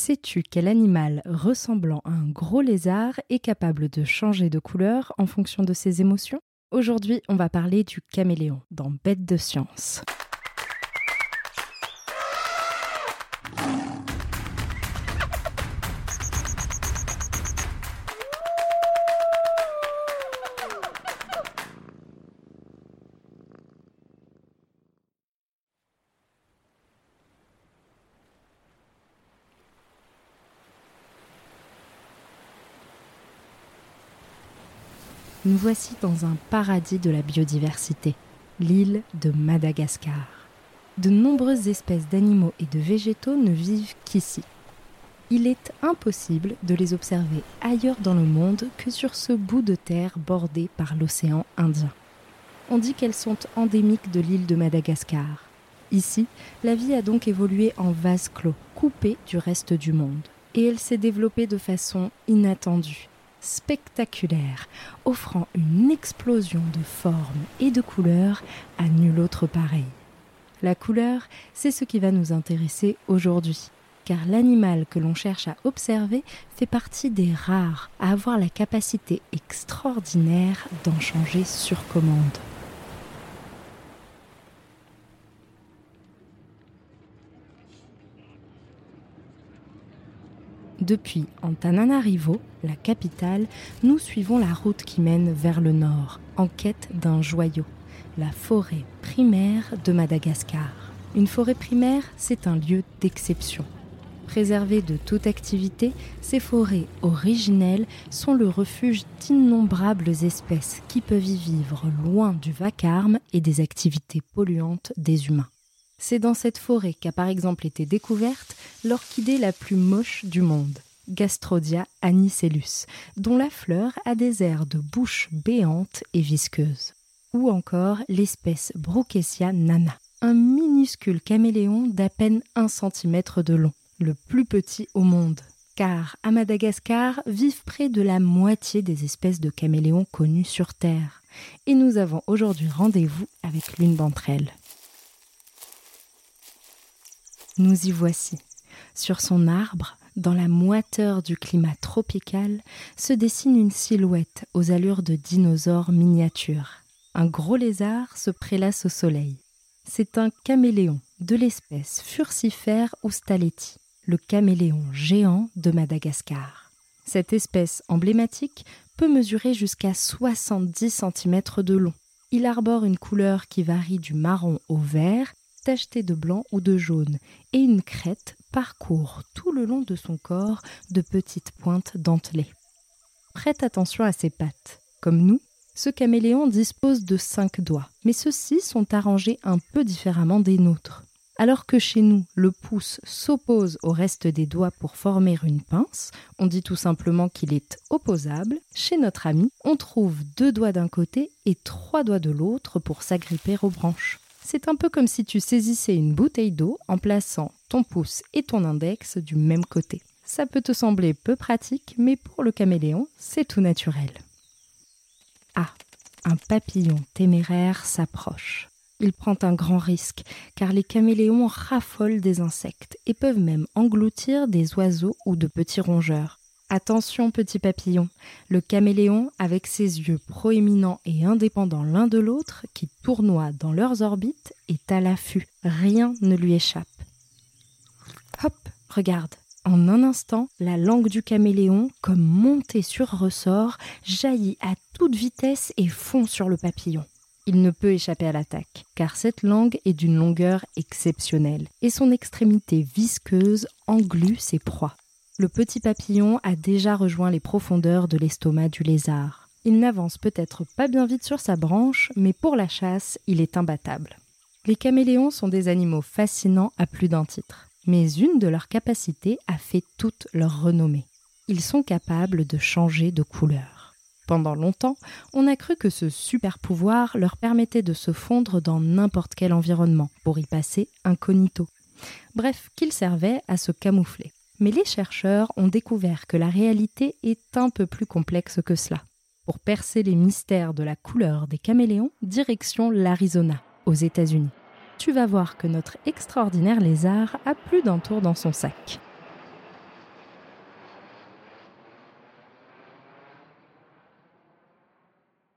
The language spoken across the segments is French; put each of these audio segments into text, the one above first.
Sais-tu quel animal ressemblant à un gros lézard est capable de changer de couleur en fonction de ses émotions ? Aujourd'hui, on va parler du caméléon dans Bête de science. Nous voici dans un paradis de la biodiversité, l'île de Madagascar. De nombreuses espèces d'animaux et de végétaux ne vivent qu'ici. Il est impossible de les observer ailleurs dans le monde que sur ce bout de terre bordé par l'océan Indien. On dit qu'elles sont endémiques de l'île de Madagascar. Ici, la vie a donc évolué en vase clos, coupé du reste du monde. Et elle s'est développée de façon inattendue, spectaculaire, offrant une explosion de formes et de couleurs à nul autre pareil. La couleur, c'est ce qui va nous intéresser aujourd'hui, car l'animal que l'on cherche à observer fait partie des rares à avoir la capacité extraordinaire d'en changer sur commande. Depuis Antananarivo, la capitale, nous suivons la route qui mène vers le nord, en quête d'un joyau, la forêt primaire de Madagascar. Une forêt primaire, c'est un lieu d'exception. Préservées de toute activité, ces forêts originelles sont le refuge d'innombrables espèces qui peuvent y vivre loin du vacarme et des activités polluantes des humains. C'est dans cette forêt qu'a par exemple été découverte l'orchidée la plus moche du monde, Gastrodia anicellus, dont la fleur a des airs de bouche béante et visqueuse. Ou encore l'espèce Brookesia nana, un minuscule caméléon d'à peine 1 cm de long, le plus petit au monde. Car à Madagascar vivent près de la moitié des espèces de caméléons connues sur Terre. Et nous avons aujourd'hui rendez-vous avec l'une d'entre elles. Nous y voici. Sur son arbre, dans la moiteur du climat tropical, se dessine une silhouette aux allures de dinosaure miniature. Un gros lézard se prélasse au soleil. C'est un caméléon de l'espèce Furcifera oustaleti, le caméléon géant de Madagascar. Cette espèce emblématique peut mesurer jusqu'à 70 cm de long. Il arbore une couleur qui varie du marron au vert, tacheté de blanc ou de jaune, et une crête parcourt tout le long de son corps de petites pointes dentelées. Prête attention à ses pattes. Comme nous, ce caméléon dispose de 5 doigts, mais ceux-ci sont arrangés un peu différemment des nôtres. Alors que chez nous, le pouce s'oppose au reste des doigts pour former une pince, on dit tout simplement qu'il est opposable, chez notre ami, on trouve 2 doigts d'un côté et 3 doigts de l'autre pour s'agripper aux branches. C'est un peu comme si tu saisissais une bouteille d'eau en plaçant ton pouce et ton index du même côté. Ça peut te sembler peu pratique, mais pour le caméléon, c'est tout naturel. Ah, un papillon téméraire s'approche. Il prend un grand risque, car les caméléons raffolent des insectes et peuvent même engloutir des oiseaux ou de petits rongeurs. Attention petit papillon, le caméléon, avec ses yeux proéminents et indépendants l'un de l'autre, qui tournoient dans leurs orbites, est à l'affût. Rien ne lui échappe. Hop, regarde. En un instant, la langue du caméléon, comme montée sur ressort, jaillit à toute vitesse et fond sur le papillon. Il ne peut échapper à l'attaque, car cette langue est d'une longueur exceptionnelle, et son extrémité visqueuse englue ses proies. Le petit papillon a déjà rejoint les profondeurs de l'estomac du lézard. Il n'avance peut-être pas bien vite sur sa branche, mais pour la chasse, il est imbattable. Les caméléons sont des animaux fascinants à plus d'un titre, mais une de leurs capacités a fait toute leur renommée. Ils sont capables de changer de couleur. Pendant longtemps, on a cru que ce super pouvoir leur permettait de se fondre dans n'importe quel environnement, pour y passer incognito. Bref, qu'ils servaient à se camoufler. Mais les chercheurs ont découvert que la réalité est un peu plus complexe que cela. Pour percer les mystères de la couleur des caméléons, direction l'Arizona, aux États-Unis. Tu vas voir que notre extraordinaire lézard a plus d'un tour dans son sac.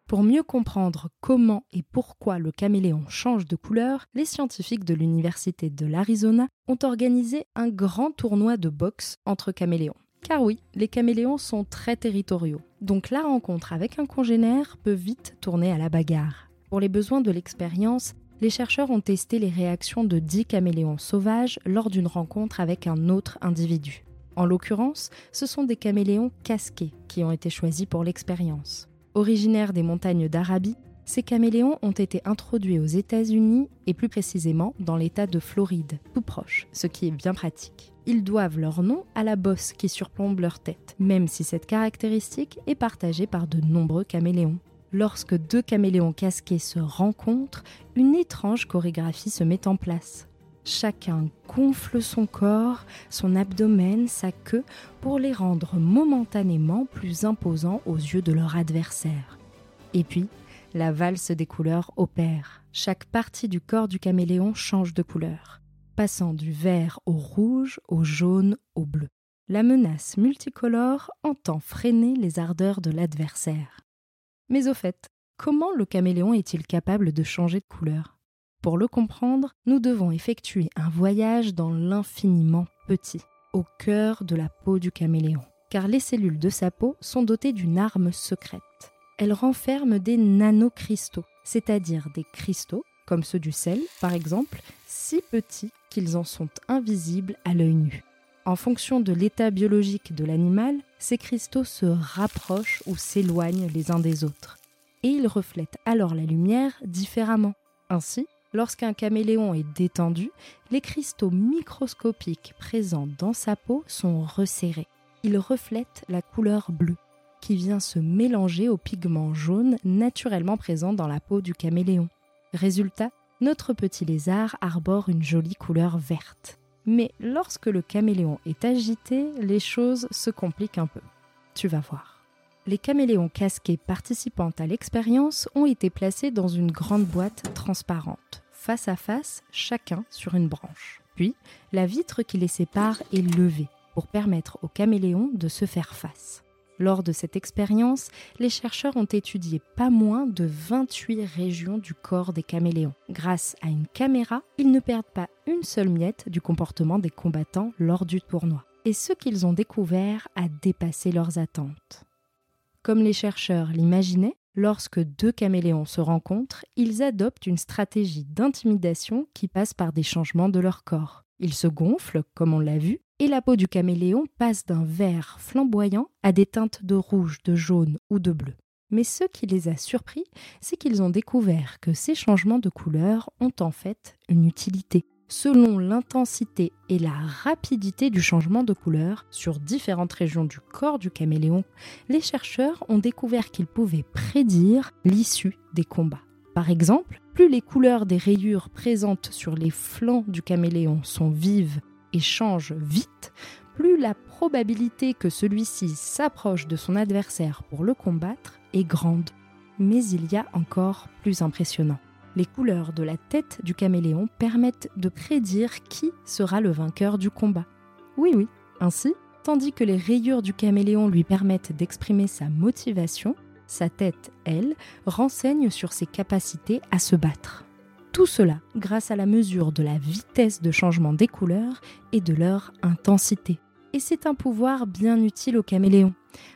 Pour mieux comprendre comment et pourquoi le caméléon change de couleur, les scientifiques de l'Université de l'Arizona ont organisé un grand tournoi de boxe entre caméléons. Car oui, les caméléons sont très territoriaux, donc la rencontre avec un congénère peut vite tourner à la bagarre. Pour les besoins de l'expérience, les chercheurs ont testé les réactions de 10 caméléons sauvages lors d'une rencontre avec un autre individu. En l'occurrence, ce sont des caméléons casqués qui ont été choisis pour l'expérience. Originaires des montagnes d'Arabie, ces caméléons ont été introduits aux États-Unis et plus précisément dans l'État de Floride, tout proche, ce qui est bien pratique. Ils doivent leur nom à la bosse qui surplombe leur tête, même si cette caractéristique est partagée par de nombreux caméléons. Lorsque 2 caméléons casqués se rencontrent, une étrange chorégraphie se met en place. Chacun gonfle son corps, son abdomen, sa queue, pour les rendre momentanément plus imposants aux yeux de leur adversaire. Et puis, la valse des couleurs opère. Chaque partie du corps du caméléon change de couleur, passant du vert au rouge, au jaune, au bleu. La menace multicolore entend freiner les ardeurs de l'adversaire. Mais au fait, comment le caméléon est-il capable de changer de couleur ? Pour le comprendre, nous devons effectuer un voyage dans l'infiniment petit, au cœur de la peau du caméléon. Car les cellules de sa peau sont dotées d'une arme secrète. Elles renferment des nanocristaux, c'est-à-dire des cristaux, comme ceux du sel par exemple, si petits qu'ils en sont invisibles à l'œil nu. En fonction de l'état biologique de l'animal, ces cristaux se rapprochent ou s'éloignent les uns des autres. Et ils reflètent alors la lumière différemment. Ainsi, lorsqu'un caméléon est détendu, les cristaux microscopiques présents dans sa peau sont resserrés. Ils reflètent la couleur bleue, qui vient se mélanger au pigment jaune naturellement présent dans la peau du caméléon. Résultat, notre petit lézard arbore une jolie couleur verte. Mais lorsque le caméléon est agité, les choses se compliquent un peu. Tu vas voir. Les caméléons casqués participant à l'expérience ont été placés dans une grande boîte transparente, face à face, chacun sur une branche. Puis, la vitre qui les sépare est levée pour permettre aux caméléons de se faire face. Lors de cette expérience, les chercheurs ont étudié pas moins de 28 régions du corps des caméléons. Grâce à une caméra, ils ne perdent pas une seule miette du comportement des combattants lors du tournoi. Et ce qu'ils ont découvert a dépassé leurs attentes. Comme les chercheurs l'imaginaient, lorsque 2 caméléons se rencontrent, ils adoptent une stratégie d'intimidation qui passe par des changements de leur corps. Ils se gonflent, comme on l'a vu, et la peau du caméléon passe d'un vert flamboyant à des teintes de rouge, de jaune ou de bleu. Mais ce qui les a surpris, c'est qu'ils ont découvert que ces changements de couleur ont en fait une utilité. Selon l'intensité et la rapidité du changement de couleur sur différentes régions du corps du caméléon, les chercheurs ont découvert qu'ils pouvaient prédire l'issue des combats. Par exemple, plus les couleurs des rayures présentes sur les flancs du caméléon sont vives et change vite, plus la probabilité que celui-ci s'approche de son adversaire pour le combattre est grande. Mais il y a encore plus impressionnant. Les couleurs de la tête du caméléon permettent de prédire qui sera le vainqueur du combat. Oui. Ainsi, tandis que les rayures du caméléon lui permettent d'exprimer sa motivation, sa tête, elle, renseigne sur ses capacités à se battre. Tout cela grâce à la mesure de la vitesse de changement des couleurs et de leur intensité. Et c'est un pouvoir bien utile aux caméléons,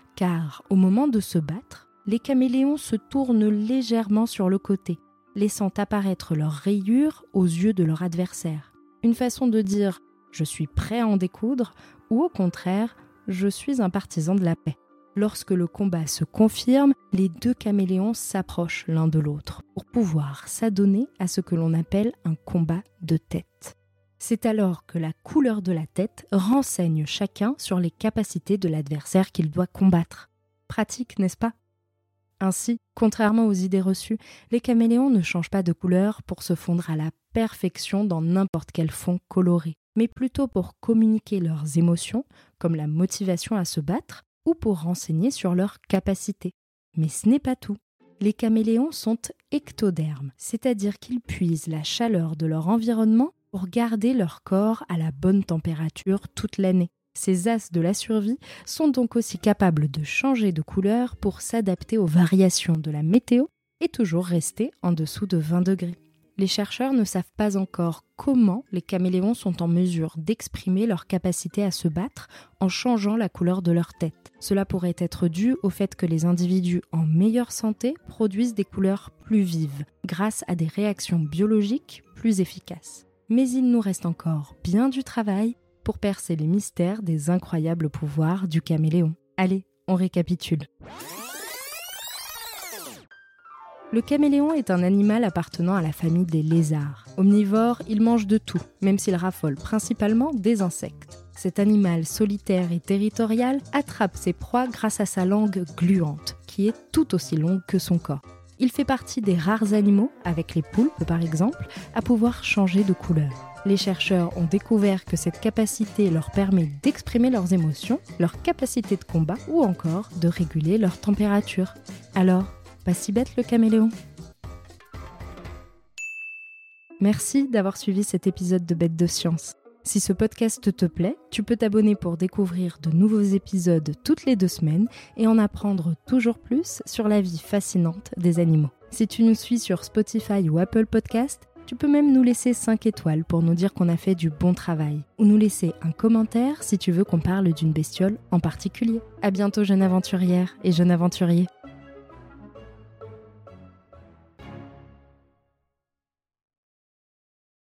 car au moment de se battre, les caméléons se tournent légèrement sur le côté, laissant apparaître leurs rayures aux yeux de leur adversaire. Une façon de dire « je suis prêt à en découdre » ou au contraire « je suis un partisan de la paix ». Lorsque le combat se confirme, les 2 caméléons s'approchent l'un de l'autre pour pouvoir s'adonner à ce que l'on appelle un combat de tête. C'est alors que la couleur de la tête renseigne chacun sur les capacités de l'adversaire qu'il doit combattre. Pratique, n'est-ce pas ? Ainsi, contrairement aux idées reçues, les caméléons ne changent pas de couleur pour se fondre à la perfection dans n'importe quel fond coloré, mais plutôt pour communiquer leurs émotions, comme la motivation à se battre, ou pour renseigner sur leurs capacités. Mais ce n'est pas tout. Les caméléons sont ectodermes, c'est-à-dire qu'ils puisent la chaleur de leur environnement pour garder leur corps à la bonne température toute l'année. Ces as de la survie sont donc aussi capables de changer de couleur pour s'adapter aux variations de la météo et toujours rester en dessous de 20 degrés. Les chercheurs ne savent pas encore comment les caméléons sont en mesure d'exprimer leur capacité à se battre en changeant la couleur de leur tête. Cela pourrait être dû au fait que les individus en meilleure santé produisent des couleurs plus vives, grâce à des réactions biologiques plus efficaces. Mais il nous reste encore bien du travail pour percer les mystères des incroyables pouvoirs du caméléon. Allez, on récapitule. Le caméléon est un animal appartenant à la famille des lézards. Omnivore, il mange de tout, même s'il raffole principalement des insectes. Cet animal solitaire et territorial attrape ses proies grâce à sa langue gluante, qui est tout aussi longue que son corps. Il fait partie des rares animaux, avec les poulpes par exemple, à pouvoir changer de couleur. Les chercheurs ont découvert que cette capacité leur permet d'exprimer leurs émotions, leur capacité de combat ou encore de réguler leur température. Alors, pas si bête le caméléon. Merci d'avoir suivi cet épisode de Bête de Science. Si ce podcast te plaît, tu peux t'abonner pour découvrir de nouveaux épisodes toutes les 2 semaines et en apprendre toujours plus sur la vie fascinante des animaux. Si tu nous suis sur Spotify ou Apple Podcast, tu peux même nous laisser 5 étoiles pour nous dire qu'on a fait du bon travail ou nous laisser un commentaire si tu veux qu'on parle d'une bestiole en particulier. À bientôt jeune aventurière et jeune aventurier.